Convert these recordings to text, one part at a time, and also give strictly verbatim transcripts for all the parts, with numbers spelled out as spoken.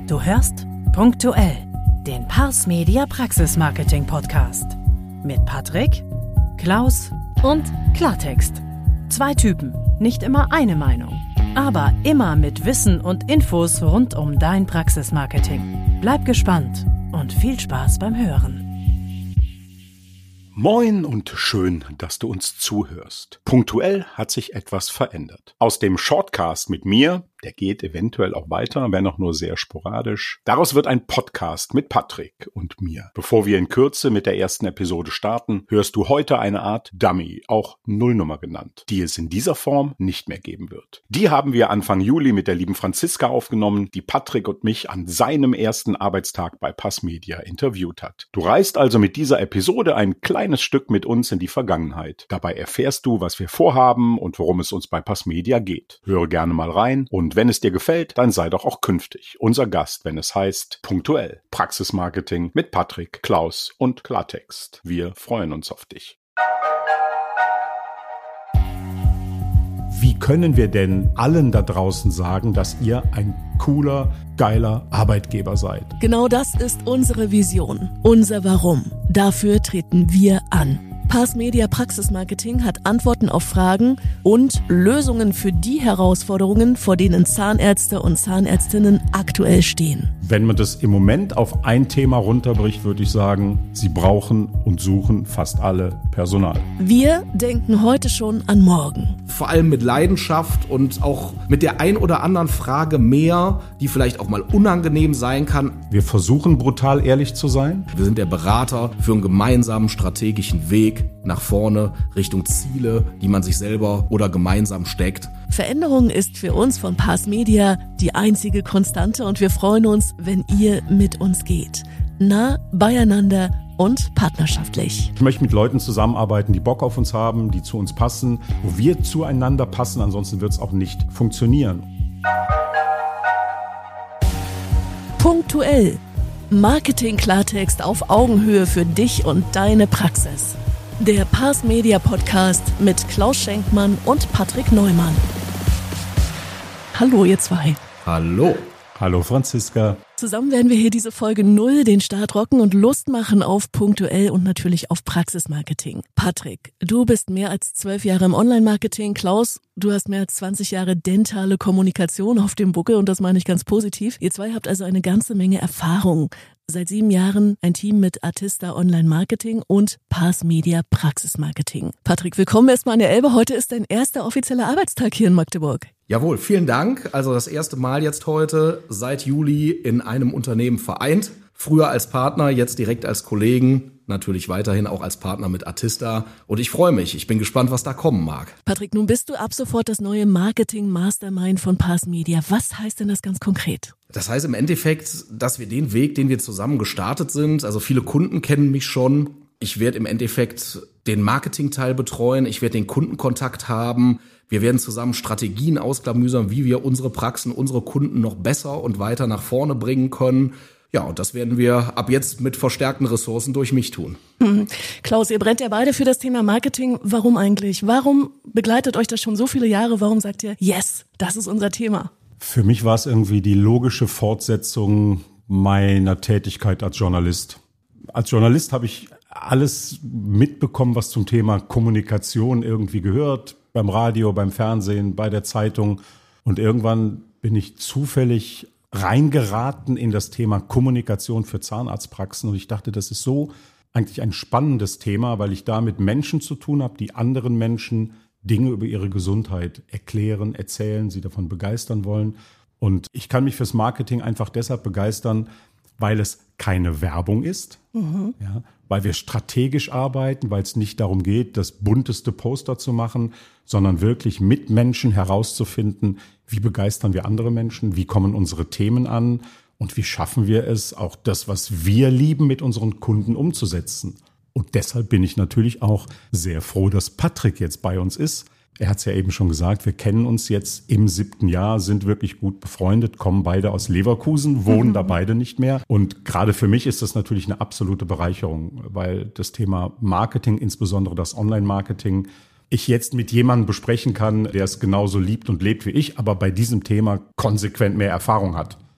Du hörst Punktuell, den Pars Media Praxis Marketing Podcast. Mit Patrick, Klaus und Klartext. Zwei Typen, nicht immer eine Meinung, aber immer mit Wissen und Infos rund um dein Praxismarketing. Bleib gespannt und viel Spaß beim Hören. Moin und schön, dass du uns zuhörst. Punktuell hat sich etwas verändert. Aus dem Shortcast mit mir, der geht eventuell auch weiter, wenn auch nur sehr sporadisch. Daraus wird ein Podcast mit Patrick und mir. Bevor wir in Kürze mit der ersten Episode starten, hörst du heute eine Art Dummy, auch Nullnummer genannt, die es in dieser Form nicht mehr geben wird. Die haben wir Anfang Juli mit der lieben Franziska aufgenommen, die Patrick und mich an seinem ersten Arbeitstag bei Pars Media interviewt hat. Du reist also mit dieser Episode ein kleines Stück mit uns in die Vergangenheit. Dabei erfährst du, was wir vorhaben und worum es uns bei Pars Media geht. Höre gerne mal rein und wenn es dir gefällt, dann sei doch auch künftig unser Gast, wenn es heißt Punktuell. Praxismarketing mit Patrick, Klaus und Klartext. Wir freuen uns auf dich. Wie können wir denn allen da draußen sagen, dass ihr ein cooler, geiler Arbeitgeber seid? Genau das ist unsere Vision, unser Warum. Dafür treten wir an. Pars Media Praxis Marketing hat Antworten auf Fragen und Lösungen für die Herausforderungen, vor denen Zahnärzte und Zahnärztinnen aktuell stehen. Wenn man das im Moment auf ein Thema runterbricht, würde ich sagen, sie brauchen und suchen fast alle Personal. Wir denken heute schon an morgen. Vor allem mit Leidenschaft und auch mit der ein oder anderen Frage mehr, die vielleicht auch mal unangenehm sein kann. Wir versuchen brutal ehrlich zu sein. Wir sind der Berater für einen gemeinsamen strategischen Weg nach vorne Richtung Ziele, die man sich selber oder gemeinsam steckt. Veränderung ist für uns von Pars Media die einzige Konstante und wir freuen uns, wenn ihr mit uns geht. Nah beieinander und partnerschaftlich. Ich möchte mit Leuten zusammenarbeiten, die Bock auf uns haben, die zu uns passen, wo wir zueinander passen, ansonsten wird es auch nicht funktionieren. Punktuell. Marketing-Klartext auf Augenhöhe für dich und deine Praxis. Der Pars Media Podcast mit Klaus Schenkmann und Patrick Neumann. Hallo ihr zwei. Hallo. Hallo Franziska. Zusammen werden wir hier diese Folge null den Start rocken und Lust machen auf Punktuell und natürlich auf Praxismarketing. Patrick, du bist mehr als zwölf Jahre im Online-Marketing. Klaus, du hast mehr als zwanzig Jahre dentale Kommunikation auf dem Buckel und das meine ich ganz positiv. Ihr zwei habt also eine ganze Menge Erfahrung. Seit sieben Jahren ein Team mit Artista Online Marketing und Pars Media Praxis Marketing. Patrick, willkommen erstmal an der Elbe. Heute ist dein erster offizieller Arbeitstag hier in Magdeburg. Jawohl, vielen Dank. Also das erste Mal jetzt heute seit Juli in einem Unternehmen vereint. Früher als Partner, jetzt direkt als Kollegen. Natürlich weiterhin auch als Partner mit Artista. Und ich freue mich. Ich bin gespannt, was da kommen mag. Patrick, nun bist du ab sofort das neue Marketing-Mastermind von Pars Media. Was heißt denn das ganz konkret? Das heißt im Endeffekt, dass wir den Weg, den wir zusammen gestartet sind, also viele Kunden kennen mich schon. Ich werde im Endeffekt den Marketing-Teil betreuen. Ich werde den Kundenkontakt haben. Wir werden zusammen Strategien ausklamüsern, wie wir unsere Praxen, unsere Kunden noch besser und weiter nach vorne bringen können. Ja, und das werden wir ab jetzt mit verstärkten Ressourcen durch mich tun. Hm. Klaus, ihr brennt ja beide für das Thema Marketing. Warum eigentlich? Warum begleitet euch das schon so viele Jahre? Warum sagt ihr, yes, das ist unser Thema? Für mich war es irgendwie die logische Fortsetzung meiner Tätigkeit als Journalist. Als Journalist habe ich alles mitbekommen, was zum Thema Kommunikation irgendwie gehört. Beim Radio, beim Fernsehen, bei der Zeitung. Und irgendwann bin ich zufällig reingeraten in das Thema Kommunikation für Zahnarztpraxen. Und ich dachte, das ist so eigentlich ein spannendes Thema, weil ich da mit Menschen zu tun habe, die anderen Menschen Dinge über ihre Gesundheit erklären, erzählen, sie davon begeistern wollen. Und ich kann mich fürs Marketing einfach deshalb begeistern, weil es keine Werbung ist, mhm. ja, weil wir strategisch arbeiten, weil es nicht darum geht, das bunteste Poster zu machen, sondern wirklich mit Menschen herauszufinden, wie begeistern wir andere Menschen, wie kommen unsere Themen an und wie schaffen wir es, auch das, was wir lieben, mit unseren Kunden umzusetzen. Und deshalb bin ich natürlich auch sehr froh, dass Patrick jetzt bei uns ist. Er hat es ja eben schon gesagt, wir kennen uns jetzt im siebten Jahr, sind wirklich gut befreundet, kommen beide aus Leverkusen, wohnen mhm. da beide nicht mehr. Und gerade für mich ist das natürlich eine absolute Bereicherung, weil das Thema Marketing, insbesondere das Online-Marketing, ich jetzt mit jemandem besprechen kann, der es genauso liebt und lebt wie ich, aber bei diesem Thema konsequent mehr Erfahrung hat.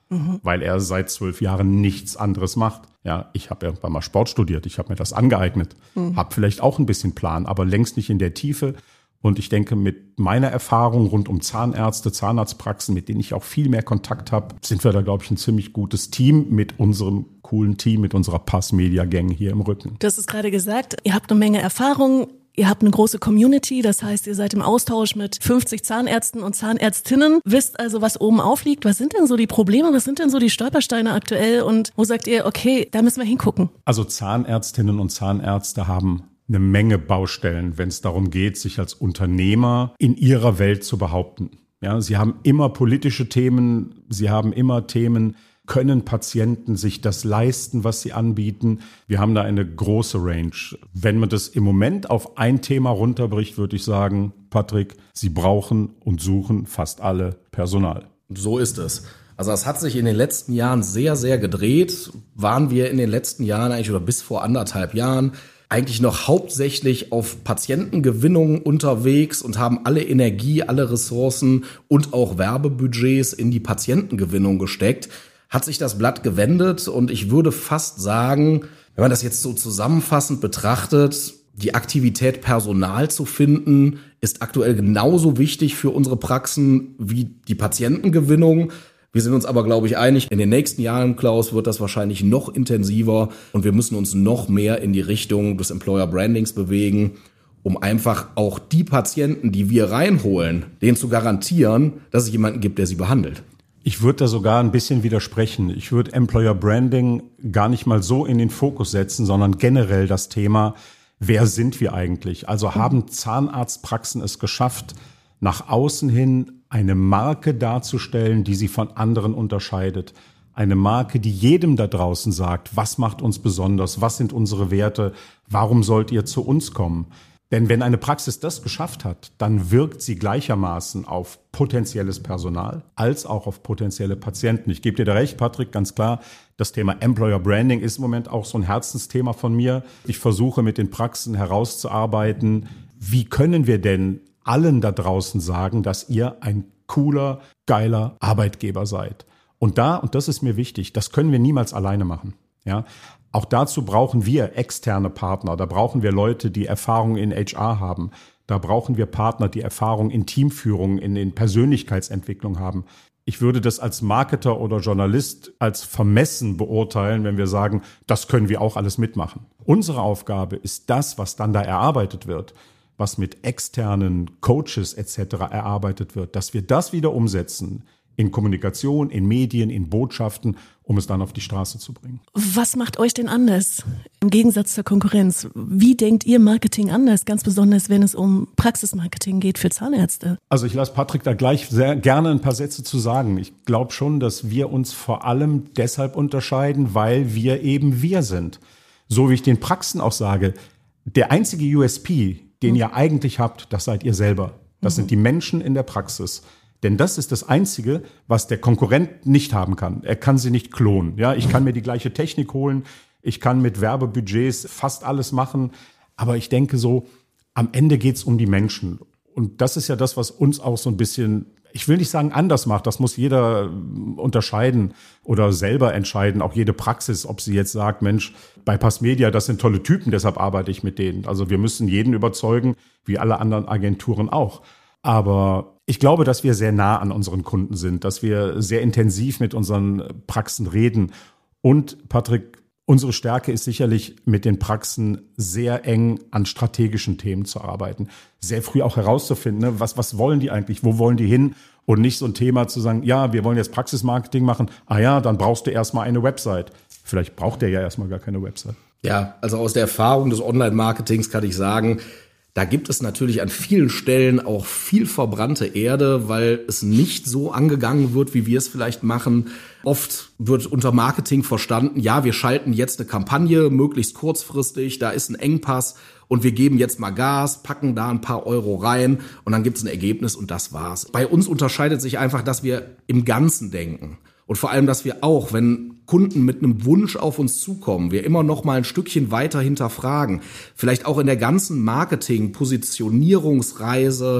mhm. weil er seit zwölf Jahren nichts anderes macht. Ja, ich habe irgendwann mal Sport studiert, ich habe mir das angeeignet, mhm. habe vielleicht auch ein bisschen Plan, aber längst nicht in der Tiefe. Und ich denke, mit meiner Erfahrung rund um Zahnärzte, Zahnarztpraxen, mit denen ich auch viel mehr Kontakt habe, sind wir da, glaube ich, ein ziemlich gutes Team mit unserem coolen Team, mit unserer Pass-Media-Gang hier im Rücken. Du hast es gerade gesagt, ihr habt eine Menge Erfahrung. Ihr habt eine große Community, das heißt, ihr seid im Austausch mit fünfzig Zahnärzten und Zahnärztinnen, wisst also, was oben aufliegt. Was sind denn so die Probleme, was sind denn so die Stolpersteine aktuell und wo sagt ihr, okay, da müssen wir hingucken? Also Zahnärztinnen und Zahnärzte haben eine Menge Baustellen, wenn es darum geht, sich als Unternehmer in ihrer Welt zu behaupten. Ja, sie haben immer politische Themen, sie haben immer Themen, können Patienten sich das leisten, was sie anbieten? Wir haben da eine große Range. Wenn man das im Moment auf ein Thema runterbricht, würde ich sagen, Patrick, Sie brauchen und suchen fast alle Personal. So ist es. Also es hat sich in den letzten Jahren sehr, sehr gedreht. Waren wir in den letzten Jahren eigentlich oder bis vor anderthalb Jahren eigentlich noch hauptsächlich auf Patientengewinnung unterwegs und haben alle Energie, alle Ressourcen und auch Werbebudgets in die Patientengewinnung gesteckt. Hat sich das Blatt gewendet und ich würde fast sagen, wenn man das jetzt so zusammenfassend betrachtet, die Aktivität Personal zu finden, ist aktuell genauso wichtig für unsere Praxen wie die Patientengewinnung. Wir sind uns aber, glaube ich, einig, in den nächsten Jahren, Klaus, wird das wahrscheinlich noch intensiver und wir müssen uns noch mehr in die Richtung des Employer Brandings bewegen, um einfach auch die Patienten, die wir reinholen, denen zu garantieren, dass es jemanden gibt, der sie behandelt. Ich würde da sogar ein bisschen widersprechen. Ich würde Employer Branding gar nicht mal so in den Fokus setzen, sondern generell das Thema, wer sind wir eigentlich? Also haben Zahnarztpraxen es geschafft, nach außen hin eine Marke darzustellen, die sie von anderen unterscheidet. Eine Marke, die jedem da draußen sagt, was macht uns besonders, was sind unsere Werte, warum sollt ihr zu uns kommen? Denn wenn eine Praxis das geschafft hat, dann wirkt sie gleichermaßen auf potenzielles Personal als auch auf potenzielle Patienten. Ich gebe dir da recht, Patrick, ganz klar, das Thema Employer Branding ist im Moment auch so ein Herzensthema von mir. Ich versuche mit den Praxen herauszuarbeiten, wie können wir denn allen da draußen sagen, dass ihr ein cooler, geiler Arbeitgeber seid. Und da, und das ist mir wichtig, das können wir niemals alleine machen. Ja, auch dazu brauchen wir externe Partner. Da brauchen wir Leute, die Erfahrung in H R haben. Da brauchen wir Partner, die Erfahrung in Teamführung, in, in Persönlichkeitsentwicklung haben. Ich würde das als Marketer oder Journalist als vermessen beurteilen, wenn wir sagen, das können wir auch alles mitmachen. Unsere Aufgabe ist das, was dann da erarbeitet wird, was mit externen Coaches et cetera erarbeitet wird, dass wir das wieder umsetzen in Kommunikation, in Medien, in Botschaften, um es dann auf die Straße zu bringen. Was macht euch denn anders im Gegensatz zur Konkurrenz? Wie denkt ihr Marketing anders, ganz besonders wenn es um Praxismarketing geht für Zahnärzte? Also ich lasse Patrick da gleich sehr gerne ein paar Sätze zu sagen. Ich glaube schon, dass wir uns vor allem deshalb unterscheiden, weil wir eben wir sind. So wie ich den Praxen auch sage, der einzige U S P, den mhm. ihr eigentlich habt, das seid ihr selber. Das mhm. sind die Menschen in der Praxis. Denn das ist das Einzige, was der Konkurrent nicht haben kann. Er kann sie nicht klonen. Ja, ich kann mir die gleiche Technik holen. Ich kann mit Werbebudgets fast alles machen. Aber ich denke so, am Ende geht's um die Menschen. Und das ist ja das, was uns auch so ein bisschen, ich will nicht sagen anders macht. Das muss jeder unterscheiden oder selber entscheiden. Auch jede Praxis, ob sie jetzt sagt, Mensch, bei Passmedia, das sind tolle Typen, deshalb arbeite ich mit denen. Also wir müssen jeden überzeugen, wie alle anderen Agenturen auch. Aber ich glaube, dass wir sehr nah an unseren Kunden sind, dass wir sehr intensiv mit unseren Praxen reden. Und Patrick, unsere Stärke ist sicherlich, mit den Praxen sehr eng an strategischen Themen zu arbeiten. Sehr früh auch herauszufinden, ne, was, was wollen die eigentlich, wo wollen die hin? Und nicht so ein Thema zu sagen, ja, wir wollen jetzt Praxismarketing machen. Ah ja, dann brauchst du erstmal eine Website. Vielleicht braucht der ja erstmal gar keine Website. Ja, also aus der Erfahrung des Online-Marketings kann ich sagen, da gibt es natürlich an vielen Stellen auch viel verbrannte Erde, weil es nicht so angegangen wird, wie wir es vielleicht machen. Oft wird unter Marketing verstanden, ja, wir schalten jetzt eine Kampagne, möglichst kurzfristig, da ist ein Engpass und wir geben jetzt mal Gas, packen da ein paar Euro rein und dann gibt es ein Ergebnis und das war's. Bei uns unterscheidet sich einfach, dass wir im Ganzen denken. Und vor allem, dass wir auch, wenn Kunden mit einem Wunsch auf uns zukommen, wir immer noch mal ein Stückchen weiter hinterfragen. Vielleicht auch in der ganzen Marketing-, Positionierungsreise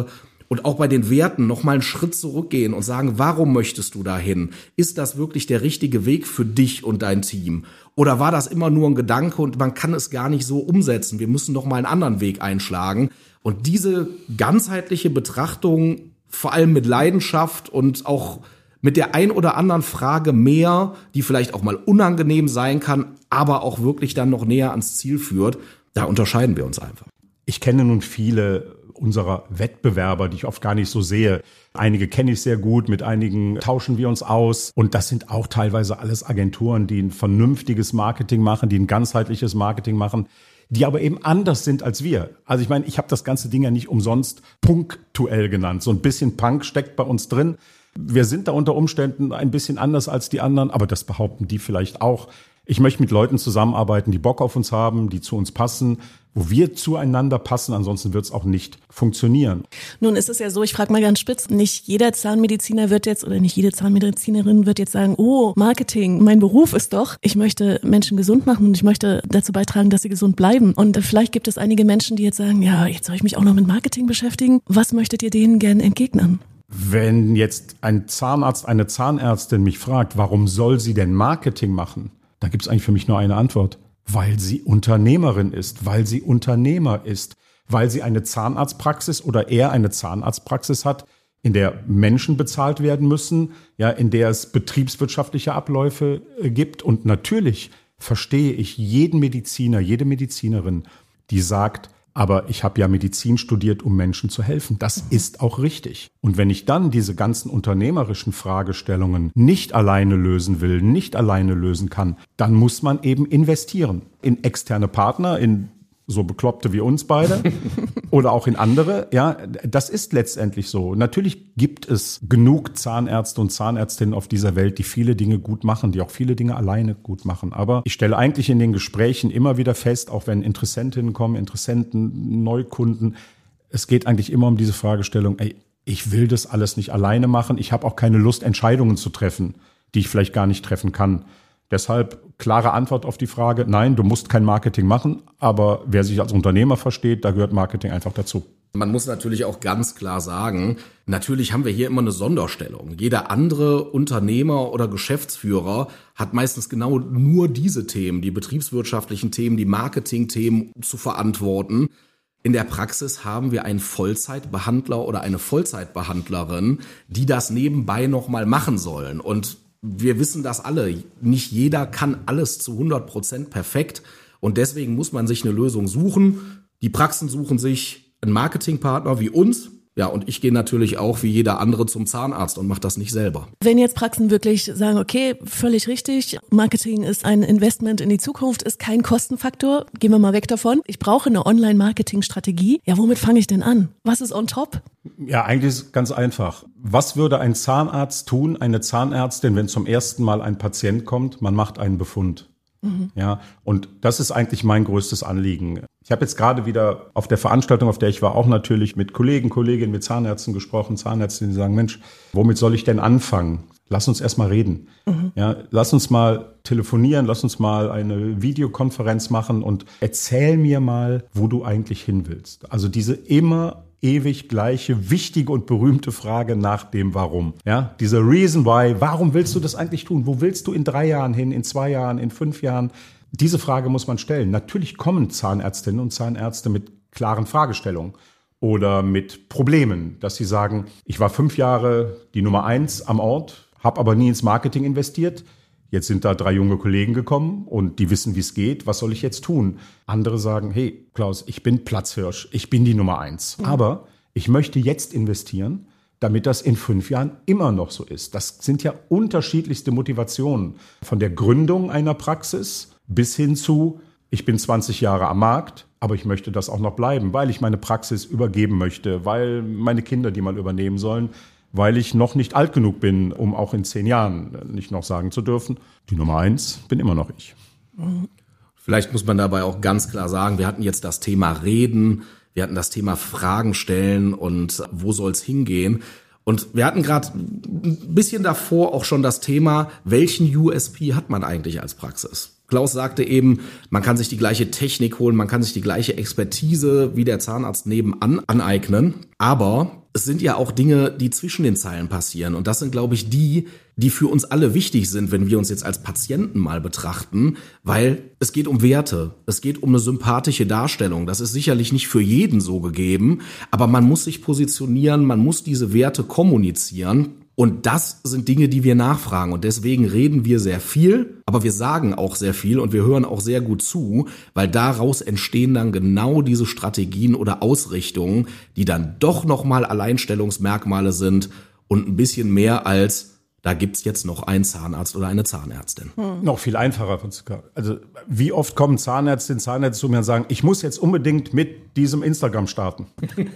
Und auch bei den Werten noch mal einen Schritt zurückgehen und sagen, warum möchtest du dahin? Ist das wirklich der richtige Weg für dich und dein Team? Oder war das immer nur ein Gedanke und man kann es gar nicht so umsetzen? Wir müssen doch mal einen anderen Weg einschlagen. Und diese ganzheitliche Betrachtung, vor allem mit Leidenschaft und auch mit der ein oder anderen Frage mehr, die vielleicht auch mal unangenehm sein kann, aber auch wirklich dann noch näher ans Ziel führt, da unterscheiden wir uns einfach. Ich kenne nun viele unserer Wettbewerber, die ich oft gar nicht so sehe. Einige kenne ich sehr gut, mit einigen tauschen wir uns aus. Und das sind auch teilweise alles Agenturen, die ein vernünftiges Marketing machen, die ein ganzheitliches Marketing machen, die aber eben anders sind als wir. Also ich meine, ich habe das ganze Ding ja nicht umsonst punktuell genannt. So ein bisschen Punk steckt bei uns drin. Wir sind da unter Umständen ein bisschen anders als die anderen, aber das behaupten die vielleicht auch. Ich möchte mit Leuten zusammenarbeiten, die Bock auf uns haben, die zu uns passen, wo wir zueinander passen, ansonsten wird es auch nicht funktionieren. Nun ist es ja so, ich frage mal ganz spitz, nicht jeder Zahnmediziner wird jetzt oder nicht jede Zahnmedizinerin wird jetzt sagen, oh, Marketing, mein Beruf ist doch, ich möchte Menschen gesund machen und ich möchte dazu beitragen, dass sie gesund bleiben. Und vielleicht gibt es einige Menschen, die jetzt sagen, ja, jetzt soll ich mich auch noch mit Marketing beschäftigen. Was möchtet ihr denen gerne entgegnen? Wenn jetzt ein Zahnarzt, eine Zahnärztin mich fragt, warum soll sie denn Marketing machen? Da gibt es eigentlich für mich nur eine Antwort. Weil sie Unternehmerin ist, weil sie Unternehmer ist, weil sie eine Zahnarztpraxis oder er eine Zahnarztpraxis hat, in der Menschen bezahlt werden müssen, ja, in der es betriebswirtschaftliche Abläufe äh, gibt. Und natürlich verstehe ich jeden Mediziner, jede Medizinerin, die sagt, aber ich habe ja Medizin studiert, um Menschen zu helfen. Das ist auch richtig. Und wenn ich dann diese ganzen unternehmerischen Fragestellungen nicht alleine lösen will, nicht alleine lösen kann, dann muss man eben investieren in externe Partner, in so Bekloppte wie uns beide oder auch in andere. Ja, das ist letztendlich so. Natürlich gibt es genug Zahnärzte und Zahnärztinnen auf dieser Welt, die viele Dinge gut machen, die auch viele Dinge alleine gut machen. Aber ich stelle eigentlich in den Gesprächen immer wieder fest, auch wenn Interessentinnen kommen, Interessenten, Neukunden, es geht eigentlich immer um diese Fragestellung, ey, ich will das alles nicht alleine machen. Ich habe auch keine Lust, Entscheidungen zu treffen, die ich vielleicht gar nicht treffen kann. Deshalb klare Antwort auf die Frage, nein, du musst kein Marketing machen, aber wer sich als Unternehmer versteht, da gehört Marketing einfach dazu. Man muss natürlich auch ganz klar sagen, natürlich haben wir hier immer eine Sonderstellung. Jeder andere Unternehmer oder Geschäftsführer hat meistens genau nur diese Themen, die betriebswirtschaftlichen Themen, die Marketingthemen zu verantworten. In der Praxis haben wir einen Vollzeitbehandler oder eine Vollzeitbehandlerin, die das nebenbei nochmal machen sollen. Und wir wissen das alle, nicht jeder kann alles zu hundert Prozent perfekt und deswegen muss man sich eine Lösung suchen. Die Praxen suchen sich einen Marketingpartner wie uns. Ja, und ich gehe natürlich auch wie jeder andere zum Zahnarzt und mache das nicht selber. Wenn jetzt Praxen wirklich sagen, okay, völlig richtig, Marketing ist ein Investment in die Zukunft, ist kein Kostenfaktor, gehen wir mal weg davon. Ich brauche eine Online-Marketing-Strategie. Ja, womit fange ich denn an? Was ist on top? Ja, eigentlich ist es ganz einfach. Was würde ein Zahnarzt tun, eine Zahnärztin, wenn zum ersten Mal ein Patient kommt? Man macht einen Befund. Mhm. Ja, und das ist eigentlich mein größtes Anliegen. Ich habe jetzt gerade wieder auf der Veranstaltung, auf der ich war, auch natürlich mit Kollegen, Kolleginnen, mit Zahnärzten gesprochen, Zahnärztinnen, die sagen, Mensch, womit soll ich denn anfangen? Lass uns erst mal reden. Mhm. Ja, lass uns mal telefonieren, lass uns mal eine Videokonferenz machen und erzähl mir mal, wo du eigentlich hin willst. Also diese immer ewig gleiche, wichtige und berühmte Frage nach dem Warum. Ja, diese Reason Why, warum willst du das eigentlich tun? Wo willst du in drei Jahren hin, in zwei Jahren, in fünf Jahren? Diese Frage muss man stellen. Natürlich kommen Zahnärztinnen und Zahnärzte mit klaren Fragestellungen oder mit Problemen, dass sie sagen, ich war fünf Jahre die Nummer eins am Ort, habe aber nie ins Marketing investiert. Jetzt sind da drei junge Kollegen gekommen und die wissen, wie es geht. Was soll ich jetzt tun? Andere sagen, hey Klaus, ich bin Platzhirsch, ich bin die Nummer eins. Mhm. Aber ich möchte jetzt investieren, damit das in fünf Jahren immer noch so ist. Das sind ja unterschiedlichste Motivationen. Von der Gründung einer Praxis bis hin zu, ich bin zwanzig Jahre am Markt, aber ich möchte das auch noch bleiben, weil ich meine Praxis übergeben möchte, weil meine Kinder die mal übernehmen sollen, weil ich noch nicht alt genug bin, um auch in zehn Jahren nicht noch sagen zu dürfen, die Nummer eins bin immer noch ich. Vielleicht muss man dabei auch ganz klar sagen, wir hatten jetzt das Thema Reden, wir hatten das Thema Fragen stellen und wo soll es hingehen? Und wir hatten gerade ein bisschen davor auch schon das Thema, welchen U S P hat man eigentlich als Praxis? Klaus sagte eben, man kann sich die gleiche Technik holen, man kann sich die gleiche Expertise wie der Zahnarzt nebenan aneignen. Aber es sind ja auch Dinge, die zwischen den Zeilen passieren. Und das sind, glaube ich, die, die für uns alle wichtig sind, wenn wir uns jetzt als Patienten mal betrachten. Weil es geht um Werte, es geht um eine sympathische Darstellung. Das ist sicherlich nicht für jeden so gegeben. Aber man muss sich positionieren, man muss diese Werte kommunizieren. Und das sind Dinge, die wir nachfragen. Und deswegen reden wir sehr viel, aber wir sagen auch sehr viel und wir hören auch sehr gut zu, weil daraus entstehen dann genau diese Strategien oder Ausrichtungen, die dann doch nochmal Alleinstellungsmerkmale sind und ein bisschen mehr als, da gibt's jetzt noch einen Zahnarzt oder eine Zahnärztin. Hm. Noch viel einfacher. Also wie oft kommen Zahnärztinnen, Zahnärzte zu mir und sagen, ich muss jetzt unbedingt mit diesem Instagram starten.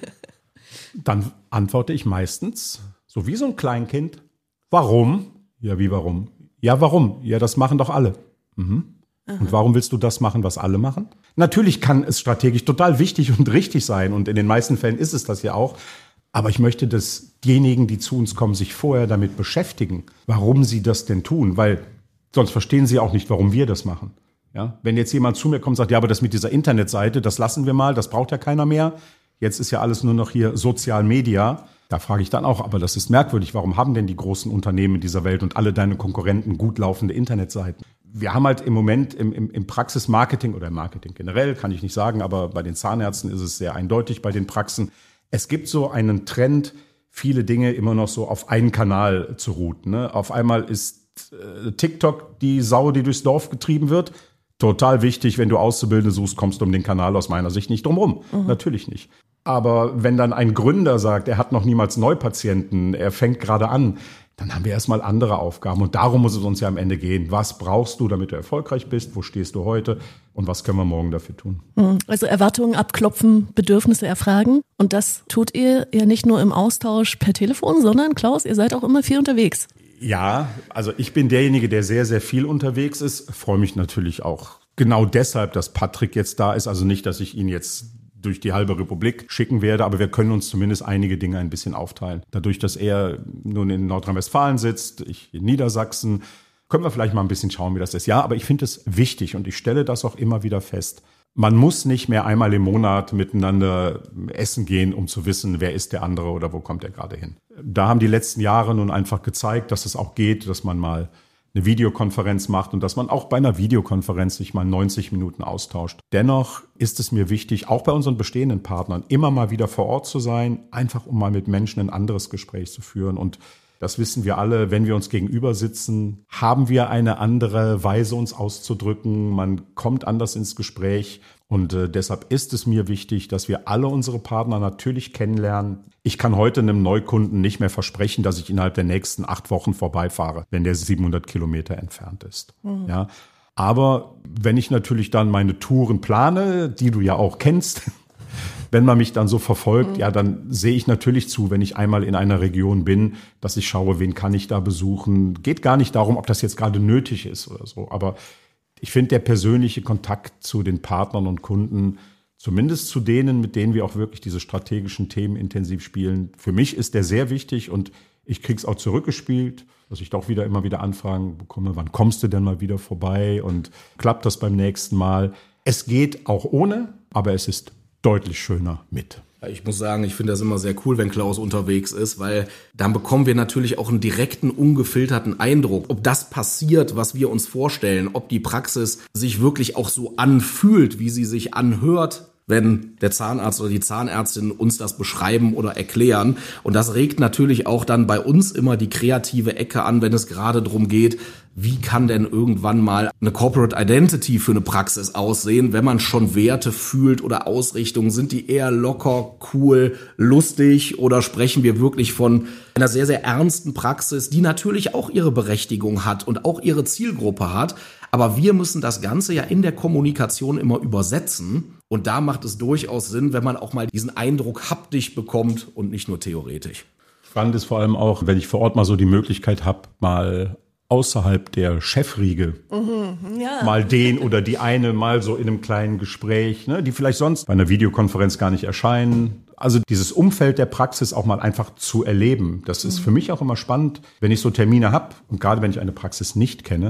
Dann antworte ich meistens, so wie so ein Kleinkind. Warum? Ja, wie warum? Ja, warum? Ja, das machen doch alle. Mhm. Und warum willst du das machen, was alle machen? Natürlich kann es strategisch total wichtig und richtig sein. Und in den meisten Fällen ist es das ja auch. Aber ich möchte, dass diejenigen, die zu uns kommen, sich vorher damit beschäftigen, warum sie das denn tun. Weil sonst verstehen sie auch nicht, warum wir das machen. Ja? Wenn jetzt jemand zu mir kommt und sagt, ja, aber das mit dieser Internetseite, das lassen wir mal, das braucht ja keiner mehr. Jetzt ist ja alles nur noch hier Social Media. Da frage ich dann auch, aber das ist merkwürdig, warum haben denn die großen Unternehmen in dieser Welt und alle deine Konkurrenten gut laufende Internetseiten? Wir haben halt im Moment im, im, im Praxismarketing oder im Marketing generell, kann ich nicht sagen, aber bei den Zahnärzten ist es sehr eindeutig, bei den Praxen. Es gibt so einen Trend, viele Dinge immer noch so auf einen Kanal zu routen. Ne? Auf einmal ist äh, TikTok die Sau, die durchs Dorf getrieben wird. Total wichtig, wenn du Auszubildende suchst, kommst du um den Kanal aus meiner Sicht nicht drum rum. Mhm. Natürlich nicht. Aber wenn dann ein Gründer sagt, er hat noch niemals Neupatienten, er fängt gerade an, dann haben wir erstmal andere Aufgaben. Und darum muss es uns ja am Ende gehen. Was brauchst du, damit du erfolgreich bist? Wo stehst du heute? Und was können wir morgen dafür tun? Also Erwartungen abklopfen, Bedürfnisse erfragen. Und das tut ihr ja nicht nur im Austausch per Telefon, sondern, Klaus, ihr seid auch immer viel unterwegs. Ja, also ich bin derjenige, der sehr, sehr viel unterwegs ist. Freue mich natürlich auch genau deshalb, dass Patrick jetzt da ist. Also nicht, dass ich ihn jetzt durch die halbe Republik schicken werde, aber wir können uns zumindest einige Dinge ein bisschen aufteilen. Dadurch, dass er nun in Nordrhein-Westfalen sitzt, ich in Niedersachsen, können wir vielleicht mal ein bisschen schauen, wie das ist. Ja, aber ich finde es wichtig und ich stelle das auch immer wieder fest. Man muss nicht mehr einmal im Monat miteinander essen gehen, um zu wissen, wer ist der andere oder wo kommt er gerade hin. Da haben die letzten Jahre nun einfach gezeigt, dass es auch geht, dass man mal eine Videokonferenz macht und dass man auch bei einer Videokonferenz sich mal neunzig Minuten austauscht. Dennoch ist es mir wichtig, auch bei unseren bestehenden Partnern immer mal wieder vor Ort zu sein, einfach um mal mit Menschen ein anderes Gespräch zu führen. Und das wissen wir alle, wenn wir uns gegenüber sitzen, haben wir eine andere Weise, uns auszudrücken. Man kommt anders ins Gespräch. Und äh, deshalb ist es mir wichtig, dass wir alle unsere Partner natürlich kennenlernen. Ich kann heute einem Neukunden nicht mehr versprechen, dass ich innerhalb der nächsten acht Wochen vorbeifahre, wenn der siebenhundert Kilometer entfernt ist. Mhm. Ja. Aber wenn ich natürlich dann meine Touren plane, die du ja auch kennst, wenn man mich dann so verfolgt, mhm. ja, dann sehe ich natürlich zu, wenn ich einmal in einer Region bin, dass ich schaue, wen kann ich da besuchen. Geht gar nicht darum, ob das jetzt gerade nötig ist oder so, aber ich finde, der persönliche Kontakt zu den Partnern und Kunden, zumindest zu denen, mit denen wir auch wirklich diese strategischen Themen intensiv spielen, für mich ist der sehr wichtig und ich kriege es auch zurückgespielt, dass ich doch wieder immer wieder Anfragen bekomme, wann kommst du denn mal wieder vorbei und klappt das beim nächsten Mal? Es geht auch ohne, aber es ist deutlich schöner mit. Ich muss sagen, ich finde das immer sehr cool, wenn Klaus unterwegs ist, weil dann bekommen wir natürlich auch einen direkten, ungefilterten Eindruck, ob das passiert, was wir uns vorstellen, ob die Praxis sich wirklich auch so anfühlt, wie sie sich anhört, wenn der Zahnarzt oder die Zahnärztin uns das beschreiben oder erklären. Und das regt natürlich auch dann bei uns immer die kreative Ecke an, wenn es gerade darum geht, wie kann denn irgendwann mal eine Corporate Identity für eine Praxis aussehen, wenn man schon Werte fühlt oder Ausrichtungen? Sind die eher locker, cool, lustig oder sprechen wir wirklich von einer sehr, sehr ernsten Praxis, die natürlich auch ihre Berechtigung hat und auch ihre Zielgruppe hat? Aber wir müssen das Ganze ja in der Kommunikation immer übersetzen. Und da macht es durchaus Sinn, wenn man auch mal diesen Eindruck haptisch bekommt und nicht nur theoretisch. Spannend ist vor allem auch, wenn ich vor Ort mal so die Möglichkeit habe, mal außerhalb der Chefriege, mhm, ja. mal den oder die eine mal so in einem kleinen Gespräch, ne, die vielleicht sonst bei einer Videokonferenz gar nicht erscheinen. Also dieses Umfeld der Praxis auch mal einfach zu erleben. Das ist mhm. für mich auch immer spannend, wenn ich so Termine habe und gerade wenn ich eine Praxis nicht kenne,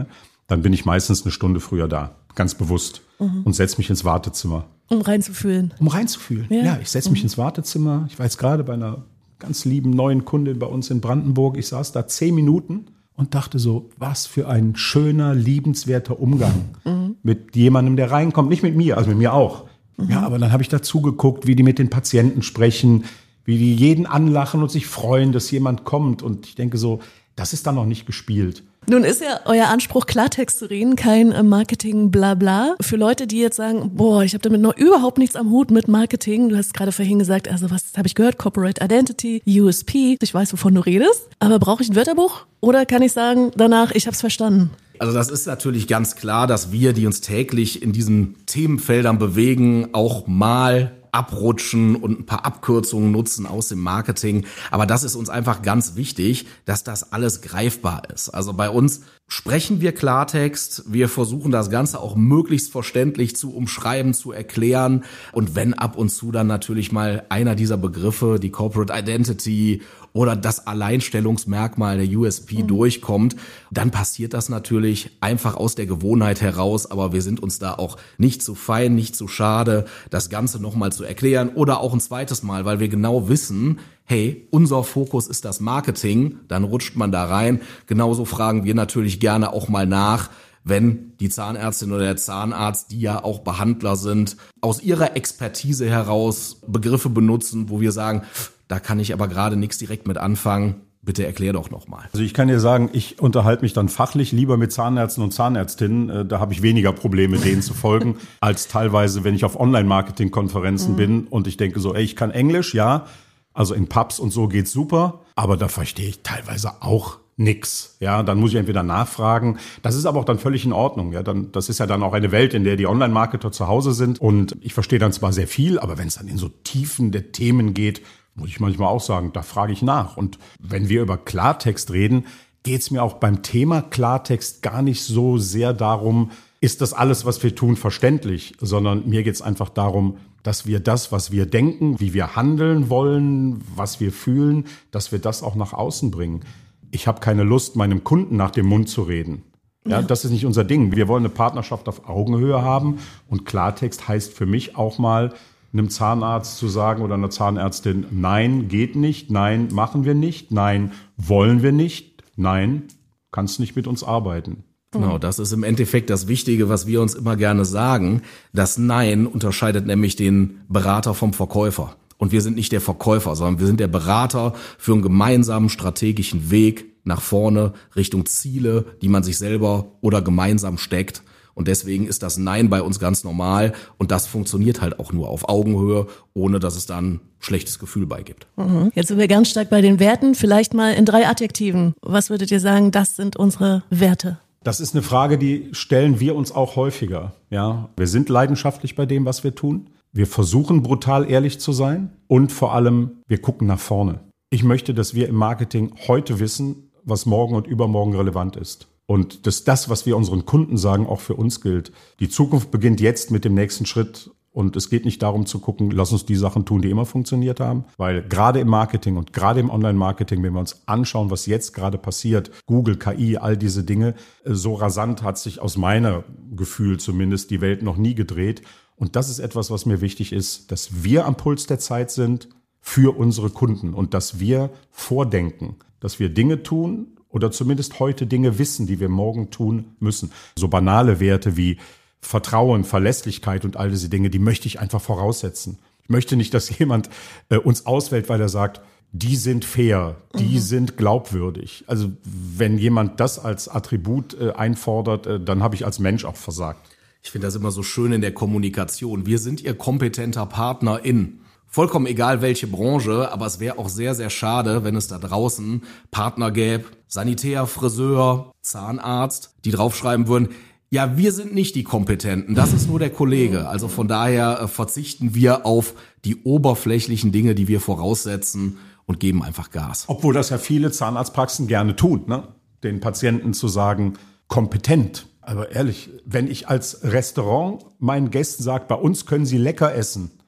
dann bin ich meistens eine Stunde früher da, ganz bewusst, mhm. und setze mich ins Wartezimmer. Um reinzufühlen. Um reinzufühlen, ja. ja ich setze mich mhm. ins Wartezimmer. Ich war jetzt gerade bei einer ganz lieben neuen Kundin bei uns in Brandenburg. Ich saß da zehn Minuten und dachte so, was für ein schöner, liebenswerter Umgang mhm. mit jemandem, der reinkommt. Nicht mit mir, also mit mir auch. Mhm. Ja, aber dann habe ich dazu geguckt, wie die mit den Patienten sprechen, wie die jeden anlachen und sich freuen, dass jemand kommt. Und ich denke so, das ist dann noch nicht gespielt. Nun ist ja euer Anspruch, Klartext zu reden, kein Marketing-Blabla. Für Leute, die jetzt sagen, boah, ich habe damit noch überhaupt nichts am Hut mit Marketing. Du hast gerade vorhin gesagt, also was habe ich gehört? Corporate Identity, U S P. Ich weiß, wovon du redest. Aber brauche ich ein Wörterbuch? Oder kann ich sagen, danach, ich habe es verstanden? Also das ist natürlich ganz klar, dass wir, die uns täglich in diesen Themenfeldern bewegen, auch mal abrutschen und ein paar Abkürzungen nutzen aus dem Marketing. Aber das ist uns einfach ganz wichtig, dass das alles greifbar ist. Also bei uns sprechen wir Klartext. Wir versuchen das Ganze auch möglichst verständlich zu umschreiben, zu erklären. Und wenn ab und zu dann natürlich mal einer dieser Begriffe, die Corporate Identity oder das Alleinstellungsmerkmal der U S P mhm. durchkommt, dann passiert das natürlich einfach aus der Gewohnheit heraus. Aber wir sind uns da auch nicht zu fein, nicht zu schade, das Ganze nochmal zu erklären oder auch ein zweites Mal, weil wir genau wissen, hey, unser Fokus ist das Marketing, dann rutscht man da rein. Genauso fragen wir natürlich gerne auch mal nach, wenn die Zahnärztin oder der Zahnarzt, die ja auch Behandler sind, aus ihrer Expertise heraus Begriffe benutzen, wo wir sagen, da kann ich aber gerade nichts direkt mit anfangen. Bitte erklär doch nochmal. Also ich kann dir sagen, ich unterhalte mich dann fachlich lieber mit Zahnärzten und Zahnärztinnen. Da habe ich weniger Probleme, denen zu folgen, als teilweise, wenn ich auf Online-Marketing-Konferenzen mhm. bin und ich denke so, ey, ich kann Englisch, ja, also in Pubs und so geht's super, aber da verstehe ich teilweise auch nix. Ja, dann muss ich entweder nachfragen. Das ist aber auch dann völlig in Ordnung. Ja, dann, das ist ja dann auch eine Welt, in der die Online-Marketer zu Hause sind. Und ich verstehe dann zwar sehr viel, aber wenn es dann in so Tiefen der Themen geht, muss ich manchmal auch sagen, da frage ich nach. Und wenn wir über Klartext reden, geht's mir auch beim Thema Klartext gar nicht so sehr darum, ist das alles, was wir tun, verständlich, sondern mir geht's einfach darum, dass wir das, was wir denken, wie wir handeln wollen, was wir fühlen, dass wir das auch nach außen bringen. Ich habe keine Lust, meinem Kunden nach dem Mund zu reden. Ja, ja, das ist nicht unser Ding. Wir wollen eine Partnerschaft auf Augenhöhe haben und Klartext heißt für mich auch mal, einem Zahnarzt zu sagen oder einer Zahnärztin, nein, geht nicht, nein, machen wir nicht, nein, wollen wir nicht, nein, kannst nicht mit uns arbeiten. Genau, das ist im Endeffekt das Wichtige, was wir uns immer gerne sagen. Das Nein unterscheidet nämlich den Berater vom Verkäufer. Und wir sind nicht der Verkäufer, sondern wir sind der Berater für einen gemeinsamen strategischen Weg nach vorne Richtung Ziele, die man sich selber oder gemeinsam steckt. Und deswegen ist das Nein bei uns ganz normal. Und das funktioniert halt auch nur auf Augenhöhe, ohne dass es dann ein schlechtes Gefühl beigibt. Mhm. Jetzt sind wir ganz stark bei den Werten. Vielleicht mal in drei Adjektiven. Was würdet ihr sagen, das sind unsere Werte? Das ist eine Frage, die stellen wir uns auch häufiger. Ja, wir sind leidenschaftlich bei dem, was wir tun. Wir versuchen brutal ehrlich zu sein und vor allem, wir gucken nach vorne. Ich möchte, dass wir im Marketing heute wissen, was morgen und übermorgen relevant ist. Und dass das, was wir unseren Kunden sagen, auch für uns gilt. Die Zukunft beginnt jetzt mit dem nächsten Schritt. Und es geht nicht darum zu gucken, lass uns die Sachen tun, die immer funktioniert haben. Weil gerade im Marketing und gerade im Online-Marketing, wenn wir uns anschauen, was jetzt gerade passiert, Google, K I, all diese Dinge, so rasant hat sich aus meiner Gefühl zumindest die Welt noch nie gedreht. Und das ist etwas, was mir wichtig ist, dass wir am Puls der Zeit sind für unsere Kunden und dass wir vordenken, dass wir Dinge tun oder zumindest heute Dinge wissen, die wir morgen tun müssen. So banale Werte wie Vertrauen, Verlässlichkeit und all diese Dinge, die möchte ich einfach voraussetzen. Ich möchte nicht, dass jemand äh, uns auswählt, weil er sagt, die sind fair, die mhm. sind glaubwürdig. Also wenn jemand das als Attribut äh, einfordert, äh, dann habe ich als Mensch auch versagt. Ich finde das immer so schön in der Kommunikation. Wir sind Ihr kompetenter Partner in. Vollkommen egal, welche Branche, aber es wäre auch sehr, sehr schade, wenn es da draußen Partner gäbe, Sanitär, Friseur, Zahnarzt, die draufschreiben würden, ja, wir sind nicht die Kompetenten, das ist nur der Kollege. Also von daher äh, verzichten wir auf die oberflächlichen Dinge, die wir voraussetzen und geben einfach Gas. Obwohl das ja viele Zahnarztpraxen gerne tun, ne? Den Patienten zu sagen, kompetent. Aber ehrlich, wenn ich als Restaurant meinen Gästen sage, bei uns können sie lecker essen,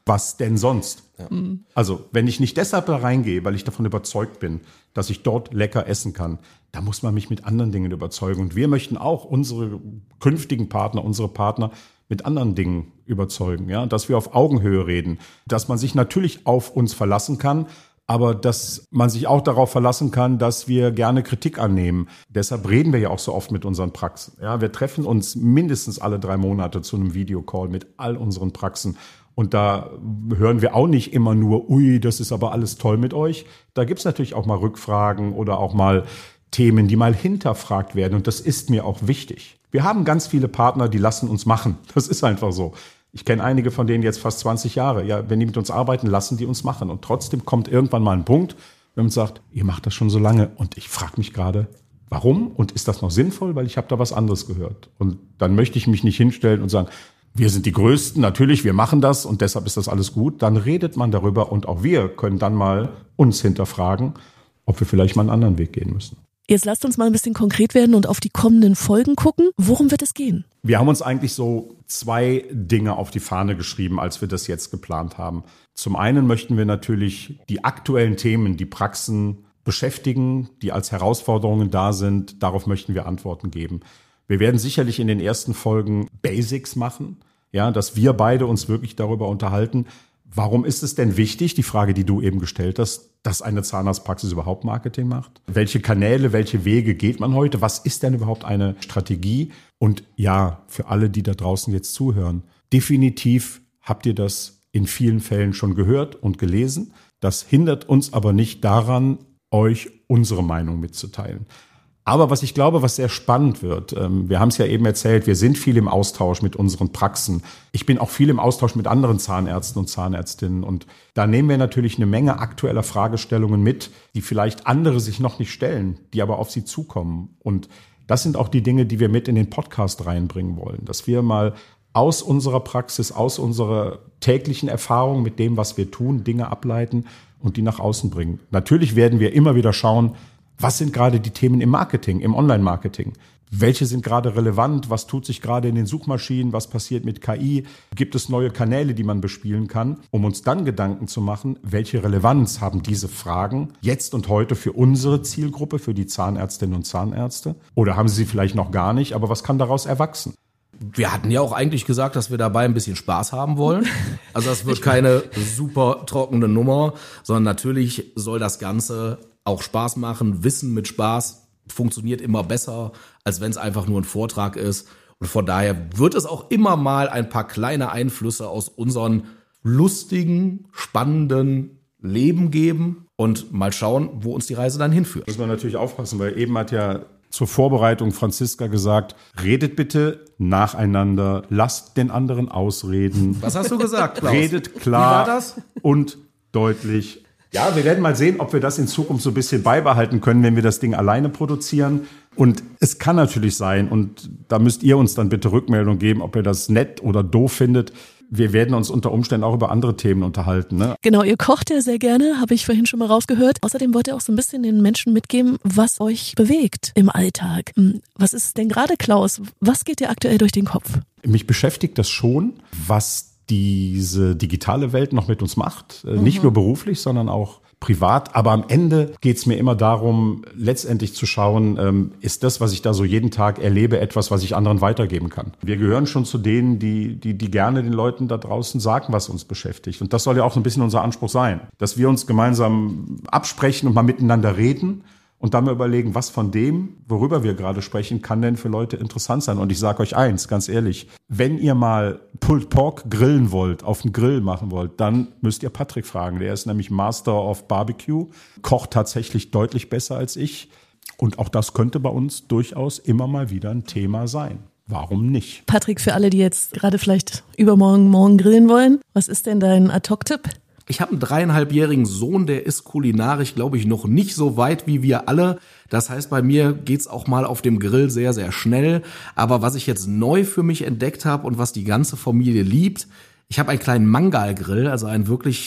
Was denn sonst? Ja. Also, wenn ich nicht deshalb da reingehe, weil ich davon überzeugt bin, dass ich dort lecker essen kann, da muss man mich mit anderen Dingen überzeugen. Und wir möchten auch unsere künftigen Partner, unsere Partner mit anderen Dingen überzeugen, ja, dass wir auf Augenhöhe reden, dass man sich natürlich auf uns verlassen kann, aber dass man sich auch darauf verlassen kann, dass wir gerne Kritik annehmen. Deshalb reden wir ja auch so oft mit unseren Praxen. Ja, wir treffen uns mindestens alle drei Monate zu einem Videocall mit all unseren Praxen. Und da hören wir auch nicht immer nur, ui, das ist aber alles toll mit euch. Da gibt's natürlich auch mal Rückfragen oder auch mal Themen, die mal hinterfragt werden. Und das ist mir auch wichtig. Wir haben ganz viele Partner, die lassen uns machen. Das ist einfach so. Ich kenne einige von denen jetzt fast zwanzig Jahre. Ja, wenn die mit uns arbeiten, lassen die uns machen. Und trotzdem kommt irgendwann mal ein Punkt, wenn man sagt, ihr macht das schon so lange. Und ich frage mich gerade, warum? Und ist das noch sinnvoll? Weil ich habe da was anderes gehört. Und dann möchte ich mich nicht hinstellen und sagen, wir sind die Größten, natürlich, wir machen das und deshalb ist das alles gut. Dann redet man darüber und auch wir können dann mal uns hinterfragen, ob wir vielleicht mal einen anderen Weg gehen müssen. Jetzt lasst uns mal ein bisschen konkret werden und auf die kommenden Folgen gucken. Worum wird es gehen? Wir haben uns eigentlich so zwei Dinge auf die Fahne geschrieben, als wir das jetzt geplant haben. Zum einen möchten wir natürlich die aktuellen Themen, die Praxen beschäftigen, die als Herausforderungen da sind. Darauf möchten wir Antworten geben. Wir werden sicherlich in den ersten Folgen Basics machen, ja, dass wir beide uns wirklich darüber unterhalten, warum ist es denn wichtig, die Frage, die du eben gestellt hast, dass eine Zahnarztpraxis überhaupt Marketing macht? Welche Kanäle, welche Wege geht man heute? Was ist denn überhaupt eine Strategie? Und ja, für alle, die da draußen jetzt zuhören, definitiv habt ihr das in vielen Fällen schon gehört und gelesen. Das hindert uns aber nicht daran, euch unsere Meinung mitzuteilen. Aber was ich glaube, was sehr spannend wird, wir haben es ja eben erzählt, wir sind viel im Austausch mit unseren Praxen. Ich bin auch viel im Austausch mit anderen Zahnärzten und Zahnärztinnen. Und da nehmen wir natürlich eine Menge aktueller Fragestellungen mit, die vielleicht andere sich noch nicht stellen, die aber auf sie zukommen. Und das sind auch die Dinge, die wir mit in den Podcast reinbringen wollen, dass wir mal aus unserer Praxis, aus unserer täglichen Erfahrung mit dem, was wir tun, Dinge ableiten und die nach außen bringen. Natürlich werden wir immer wieder schauen, was sind gerade die Themen im Marketing, im Online-Marketing? Welche sind gerade relevant? Was tut sich gerade in den Suchmaschinen? Was passiert mit K I? Gibt es neue Kanäle, die man bespielen kann? Um uns dann Gedanken zu machen, welche Relevanz haben diese Fragen jetzt und heute für unsere Zielgruppe, für die Zahnärztinnen und Zahnärzte? Oder haben sie sie vielleicht noch gar nicht? Aber was kann daraus erwachsen? Wir hatten ja auch eigentlich gesagt, dass wir dabei ein bisschen Spaß haben wollen. Also das wird keine super trockene Nummer, sondern natürlich soll das Ganze auch Spaß machen. Wissen mit Spaß funktioniert immer besser, als wenn es einfach nur ein Vortrag ist. Und von daher wird es auch immer mal ein paar kleine Einflüsse aus unserem lustigen, spannenden Leben geben und mal schauen, wo uns die Reise dann hinführt. Muss man natürlich aufpassen, weil eben hat ja zur Vorbereitung Franziska gesagt, redet bitte nacheinander, lasst den anderen ausreden. Was hast du gesagt, Klaus? Redet klar Wie war das? Und deutlich. Ja, wir werden mal sehen, ob wir das in Zukunft so ein bisschen beibehalten können, wenn wir das Ding alleine produzieren. Und es kann natürlich sein, und da müsst ihr uns dann bitte Rückmeldung geben, ob ihr das nett oder doof findet. Wir werden uns unter Umständen auch über andere Themen unterhalten. Ne? Genau, ihr kocht ja sehr gerne, habe ich vorhin schon mal rausgehört. Außerdem wollt ihr auch so ein bisschen den Menschen mitgeben, was euch bewegt im Alltag. Was ist denn gerade, Klaus? Was geht dir aktuell durch den Kopf? Mich beschäftigt das schon, was diese digitale Welt noch mit uns macht. Mhm. Nicht nur beruflich, sondern auch privat. Aber am Ende geht es mir immer darum, letztendlich zu schauen, ähm, ist das, was ich da so jeden Tag erlebe, etwas, was ich anderen weitergeben kann. Wir gehören schon zu denen, die, die, die gerne den Leuten da draußen sagen, was uns beschäftigt. Und das soll ja auch so ein bisschen unser Anspruch sein, dass wir uns gemeinsam absprechen und mal miteinander reden und dann mal überlegen, was von dem, worüber wir gerade sprechen, kann denn für Leute interessant sein. Und ich sage euch eins, ganz ehrlich, wenn ihr mal Pulled Pork grillen wollt, auf dem Grill machen wollt, dann müsst ihr Patrick fragen. Der ist nämlich Master of Barbecue, kocht tatsächlich deutlich besser als ich. Und auch das könnte bei uns durchaus immer mal wieder ein Thema sein. Warum nicht? Patrick, für alle, die jetzt gerade vielleicht übermorgen, morgen grillen wollen, was ist denn dein Ad-Hoc-Tipp? Ich habe einen dreieinhalbjährigen Sohn, der ist kulinarisch, glaube ich, noch nicht so weit wie wir alle. Das heißt, bei mir geht's auch mal auf dem Grill sehr, sehr schnell. Aber was ich jetzt neu für mich entdeckt habe und was die ganze Familie liebt, ich habe einen kleinen Mangalgrill, also einen wirklich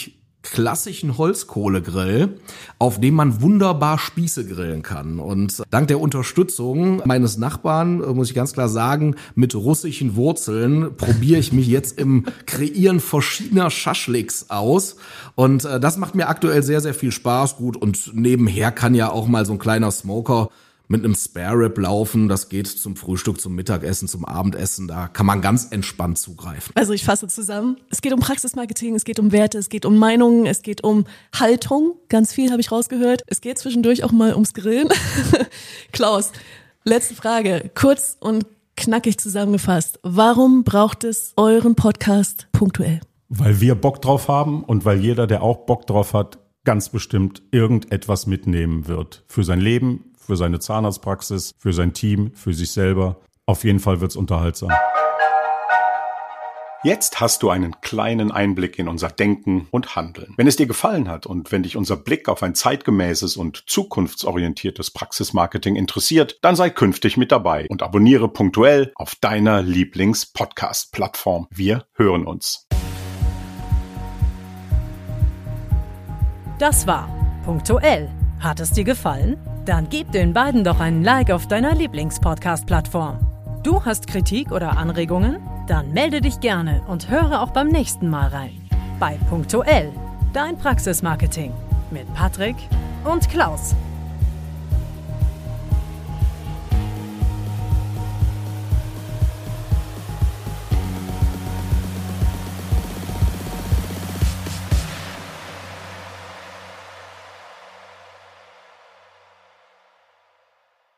klassischen Holzkohlegrill, auf dem man wunderbar Spieße grillen kann. Und dank der Unterstützung meines Nachbarn, muss ich ganz klar sagen, mit russischen Wurzeln probiere ich mich jetzt im Kreieren verschiedener Schaschliks aus. Und äh, das macht mir aktuell sehr, sehr viel Spaß. Gut, und nebenher kann ja auch mal so ein kleiner Smoker mit einem Spare Rib laufen. Das geht zum Frühstück, zum Mittagessen, zum Abendessen. Da kann man ganz entspannt zugreifen. Also ich fasse zusammen. Es geht um Praxismarketing, es geht um Werte, es geht um Meinungen, es geht um Haltung. Ganz viel habe ich rausgehört. Es geht zwischendurch auch mal ums Grillen. Klaus, letzte Frage. Kurz und knackig zusammengefasst. Warum braucht es euren Podcast punktuell? Weil wir Bock drauf haben und weil jeder, der auch Bock drauf hat, ganz bestimmt irgendetwas mitnehmen wird. Für sein Leben, für seine Zahnarztpraxis, für sein Team, für sich selber. Auf jeden Fall wird's unterhaltsam. Jetzt hast du einen kleinen Einblick in unser Denken und Handeln. Wenn es dir gefallen hat und wenn dich unser Blick auf ein zeitgemäßes und zukunftsorientiertes Praxismarketing interessiert, dann sei künftig mit dabei und abonniere punktuell auf deiner Lieblings-Podcast-Plattform. Wir hören uns. Das war Punktuell. Hat es dir gefallen? Dann gib den beiden doch einen Like auf deiner Lieblings-Podcast-Plattform. Du hast Kritik oder Anregungen? Dann melde dich gerne und höre auch beim nächsten Mal rein. Bei Punktuell, dein Praxismarketing mit Patrick und Klaus.